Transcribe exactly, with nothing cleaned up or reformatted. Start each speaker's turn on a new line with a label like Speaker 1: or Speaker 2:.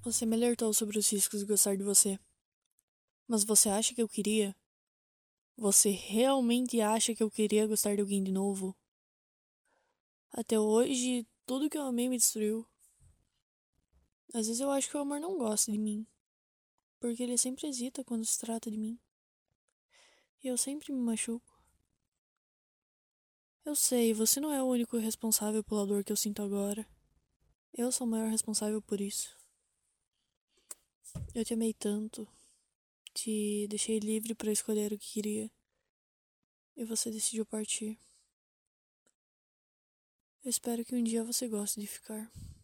Speaker 1: Você me alertou sobre os riscos de gostar de você. Mas você acha que eu queria? Você realmente acha que eu queria gostar de alguém de novo? Até hoje, tudo que eu amei me destruiu. Às vezes eu acho que o amor não gosta de mim, porque ele sempre hesita quando se trata de mim. E eu sempre me machuco. Eu sei, você não é o único responsável pela dor que eu sinto agora. Eu sou o maior responsável por isso. Eu te amei tanto, te deixei livre para escolher o que queria, e você decidiu partir. Eu espero que um dia você goste de ficar.